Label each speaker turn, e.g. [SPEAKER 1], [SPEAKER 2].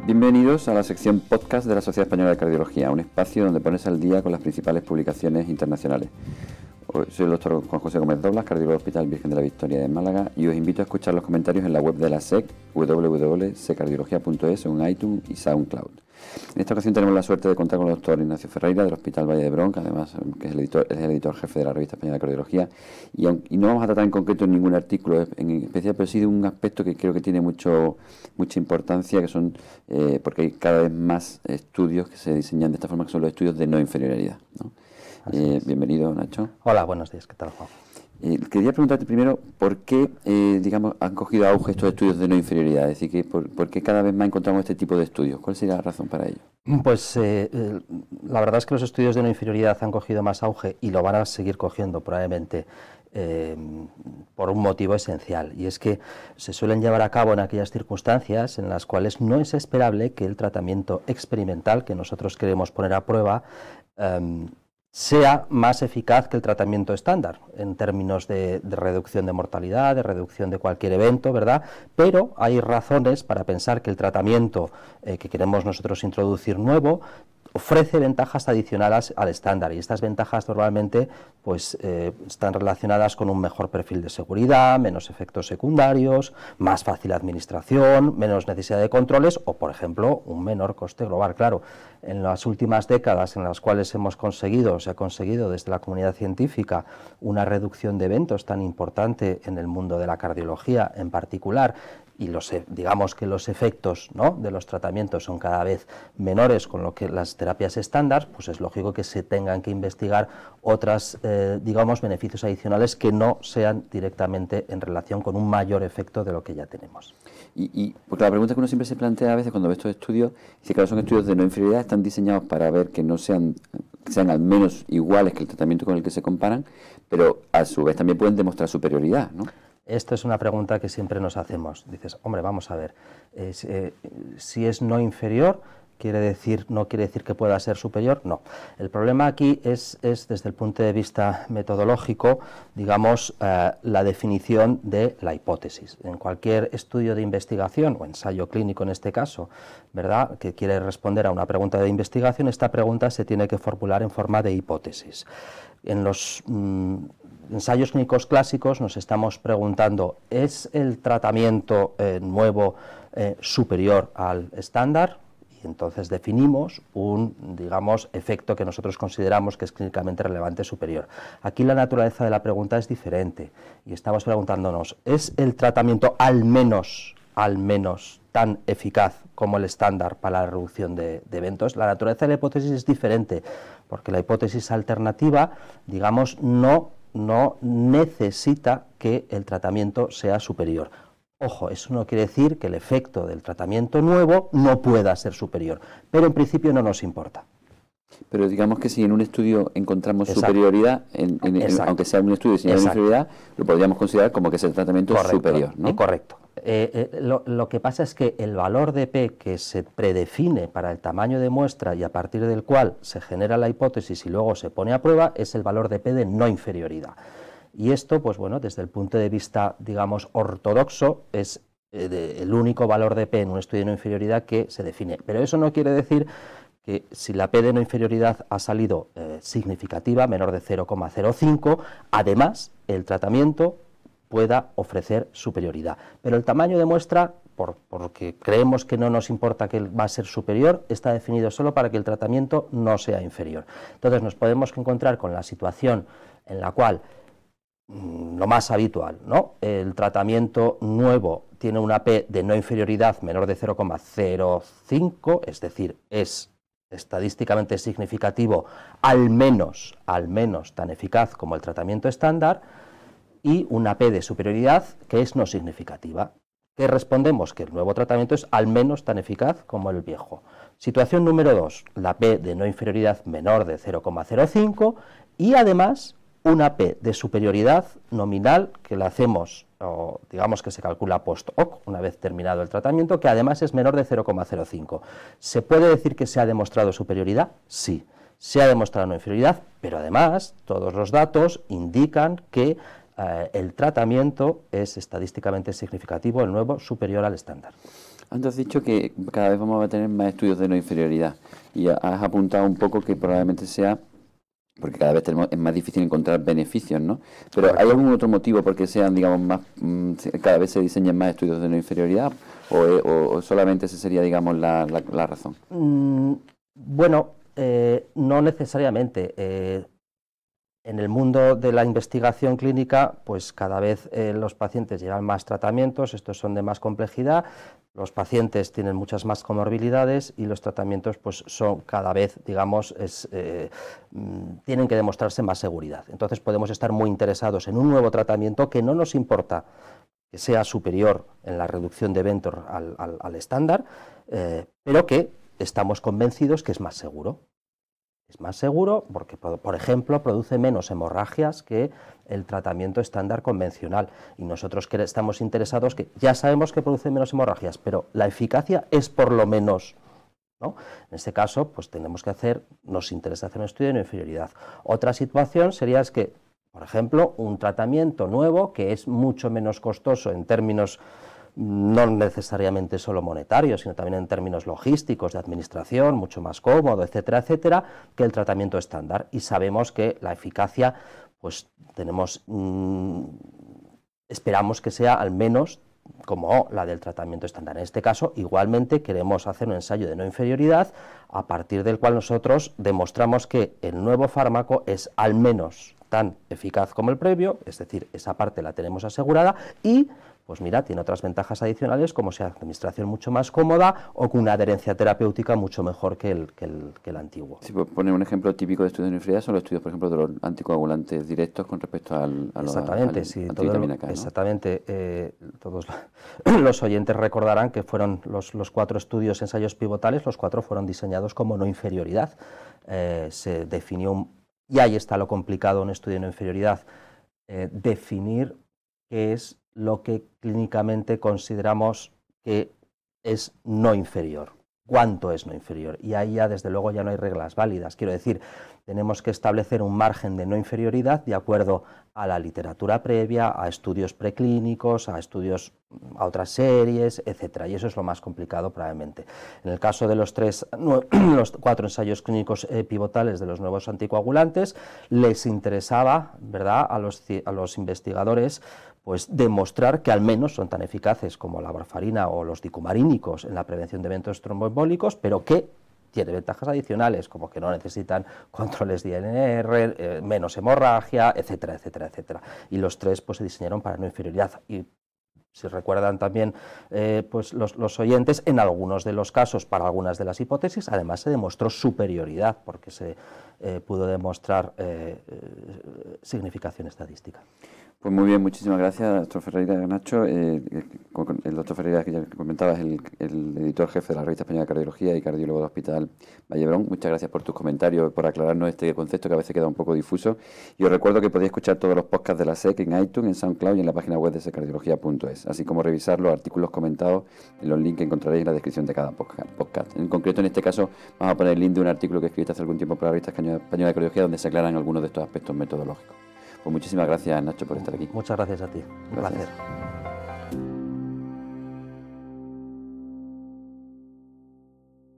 [SPEAKER 1] Bienvenidos a la sección podcast de la Sociedad Española de Cardiología, un espacio donde pones al día con las principales publicaciones internacionales. Soy el doctor Juan José Gómez Doblas, cardiólogo del Hospital Virgen de la Victoria de Málaga, y os invito a escuchar los comentarios en la web de la SEC, www.secardiología.es, en iTunes y SoundCloud. En esta ocasión tenemos la suerte de contar con el doctor Ignacio Ferreira del Hospital Valle d'Hebron, que además que es el editor jefe de la Revista Española de Cardiología, y no vamos a tratar en concreto ningún artículo en especial, pero sí de un aspecto que creo que tiene mucha importancia, que son porque hay cada vez más estudios que se diseñan de esta forma, que son los estudios de no inferioridad, ¿no? Bienvenido, Nacho.
[SPEAKER 2] Hola, buenos días, ¿qué tal, Juan?
[SPEAKER 1] Quería preguntarte primero por qué, han cogido auge estos estudios de no inferioridad, es decir, por qué cada vez más encontramos este tipo de estudios. ¿Cuál sería la razón para ello?
[SPEAKER 2] Pues la verdad es que los estudios de no inferioridad han cogido más auge y lo van a seguir cogiendo probablemente por un motivo esencial, y es que se suelen llevar a cabo en aquellas circunstancias en las cuales no es esperable que el tratamiento experimental que nosotros queremos poner a prueba sea más eficaz que el tratamiento estándar en términos de reducción de mortalidad, de reducción de cualquier evento, ¿verdad? Pero hay razones para pensar que el tratamiento que queremos nosotros introducir nuevo ofrece ventajas adicionales al estándar, y estas ventajas normalmente pues, están relacionadas con un mejor perfil de seguridad, menos efectos secundarios, más fácil administración, menos necesidad de controles o, por ejemplo, un menor coste global. Claro, en las últimas décadas en las cuales se ha conseguido desde la comunidad científica una reducción de eventos tan importante en el mundo de la cardiología en particular, y digamos que los efectos, ¿no?, de los tratamientos son cada vez menores con lo que las terapias estándar, pues es lógico que se tengan que investigar otras, beneficios adicionales que no sean directamente en relación con un mayor efecto de lo que ya tenemos.
[SPEAKER 1] Porque la pregunta que uno siempre se plantea a veces cuando ve estos estudios, dice que son estudios de no inferioridad, están diseñados para ver que no sean al menos iguales que el tratamiento con el que se comparan, pero a su vez también pueden demostrar superioridad, ¿no?
[SPEAKER 2] Esto es una pregunta que siempre nos hacemos. Dices, hombre, vamos a ver, si es no inferior, ¿no quiere decir que pueda ser superior? No. El problema aquí es desde el punto de vista metodológico, la definición de la hipótesis. En cualquier estudio de investigación, o ensayo clínico en este caso, ¿verdad?, que quiere responder a una pregunta de investigación, esta pregunta se tiene que formular en forma de hipótesis. En los ensayos clínicos clásicos nos estamos preguntando, ¿es el tratamiento nuevo superior al estándar? Y entonces definimos un, efecto que nosotros consideramos que es clínicamente relevante superior. Aquí la naturaleza de la pregunta es diferente y estamos preguntándonos, ¿es el tratamiento al menos tan eficaz como el estándar para la reducción de eventos? La naturaleza de la hipótesis es diferente, porque la hipótesis alternativa, no necesita que el tratamiento sea superior. Ojo, eso no quiere decir que el efecto del tratamiento nuevo no pueda ser superior, pero en principio no nos importa.
[SPEAKER 1] Pero digamos que si en un estudio encontramos superioridad, aunque sea un estudio diseñado de inferioridad, lo podríamos considerar como que ese tratamiento es superior, ¿no?
[SPEAKER 2] Correcto. Lo que pasa es que el valor de P que se predefine para el tamaño de muestra y a partir del cual se genera la hipótesis y luego se pone a prueba es el valor de P de no inferioridad. Y esto, pues bueno, desde el punto de vista, ortodoxo, es el único valor de P en un estudio de no inferioridad que se define. Pero eso no quiere decir que si la P de no inferioridad ha salido significativa, menor de 0,05, además el tratamiento pueda ofrecer superioridad. Pero el tamaño de muestra, porque creemos que no nos importa que va a ser superior, está definido solo para que el tratamiento no sea inferior. Entonces nos podemos encontrar con la situación en la cual lo más habitual, ¿no?, el tratamiento nuevo tiene una P de no inferioridad menor de 0,05, es decir, es estadísticamente significativo, al menos tan eficaz como el tratamiento estándar, y una P de superioridad que es no significativa. ¿Qué respondemos? Que el nuevo tratamiento es al menos tan eficaz como el viejo. Situación número 2, la P de no inferioridad menor de 0,05 y además una P de superioridad nominal que la hacemos, o digamos que se calcula post-hoc, una vez terminado el tratamiento, que además es menor de 0,05. ¿Se puede decir que se ha demostrado superioridad? Sí, se ha demostrado no inferioridad, pero además todos los datos indican que el tratamiento es estadísticamente significativo, el nuevo, superior al estándar.
[SPEAKER 1] Antes has dicho que cada vez vamos a tener más estudios de no inferioridad y has apuntado un poco que probablemente sea porque cada vez es más difícil encontrar beneficios, ¿no? Pero ¿hay algún otro motivo por qué sean, digamos, más cada vez se diseñen más estudios de no inferioridad o solamente esa sería, digamos, la razón?
[SPEAKER 2] Bueno, no necesariamente. En el mundo de la investigación clínica, pues cada vez los pacientes llevan más tratamientos, estos son de más complejidad, los pacientes tienen muchas más comorbilidades y los tratamientos pues son cada vez, digamos, tienen que demostrarse más seguridad. Entonces podemos estar muy interesados en un nuevo tratamiento que no nos importa que sea superior en la reducción de eventos al estándar, pero que estamos convencidos que es más seguro. Es más seguro porque, por ejemplo, produce menos hemorragias que el tratamiento estándar convencional. Y nosotros que estamos interesados, que ya sabemos que produce menos hemorragias, pero la eficacia es por lo menos, ¿no? En este caso, pues tenemos que nos interesa hacer un estudio de no inferioridad. Otra situación sería que, por ejemplo, un tratamiento nuevo que es mucho menos costoso en términos no necesariamente solo monetarios, sino también en términos logísticos, de administración, mucho más cómodo, etcétera, etcétera, que el tratamiento estándar. Y sabemos que la eficacia, pues esperamos que sea al menos como la del tratamiento estándar. En este caso, igualmente, queremos hacer un ensayo de no inferioridad, a partir del cual nosotros demostramos que el nuevo fármaco es al menos tan eficaz como el previo, es decir, esa parte la tenemos asegurada y pues mira, tiene otras ventajas adicionales como sea administración mucho más cómoda o con una adherencia terapéutica mucho mejor que el antiguo.
[SPEAKER 1] Sí, pues poner un ejemplo típico de estudios de no inferioridad son los estudios, por ejemplo, de los anticoagulantes directos con respecto
[SPEAKER 2] exactamente, sí,
[SPEAKER 1] antivitamina K, ¿no?
[SPEAKER 2] Exactamente. Todos los oyentes recordarán que fueron los 4 estudios ensayos pivotales, los 4 fueron diseñados como no inferioridad. Se definió, y ahí está lo complicado en un estudio de no inferioridad, definir qué es lo que clínicamente consideramos que es no inferior. ¿Cuánto es no inferior? Y ahí ya, desde luego, ya no hay reglas válidas. Quiero decir, tenemos que establecer un margen de no inferioridad de acuerdo a la literatura previa, a estudios preclínicos, a otras series, etcétera. Y eso es lo más complicado probablemente. En el caso de los 4 ensayos clínicos pivotales de los nuevos anticoagulantes, les interesaba, ¿verdad?, a los investigadores pues demostrar que al menos son tan eficaces como la warfarina o los dicumarínicos en la prevención de eventos tromboembólicos, pero que tiene ventajas adicionales, como que no necesitan controles de INR, menos hemorragia, etcétera, etcétera, etcétera. Y los 3 pues se diseñaron para no inferioridad. Y si recuerdan también pues los oyentes, en algunos de los casos, para algunas de las hipótesis, además se demostró superioridad, porque se pudo demostrar significación estadística.
[SPEAKER 1] Pues muy bien, muchísimas gracias, doctor Ferreira Nacho. El doctor Ferreira, que ya comentaba, es el editor jefe de la Revista Española de Cardiología y cardiólogo del Hospital Vall d'Hebron. Muchas gracias por tus comentarios, por aclararnos este concepto que a veces queda un poco difuso. Y os recuerdo que podéis escuchar todos los podcasts de la SEC en iTunes, en SoundCloud y en la página web de seccardiología.es, así como revisar los artículos comentados en los links que encontraréis en la descripción de cada podcast. En concreto, en este caso, vamos a poner el link de un artículo que escribiste hace algún tiempo para la Revista Española de Cardiología, donde se aclaran algunos de estos aspectos metodológicos. Pues muchísimas gracias, Nacho, por estar aquí.
[SPEAKER 2] Muchas gracias a ti. Un placer.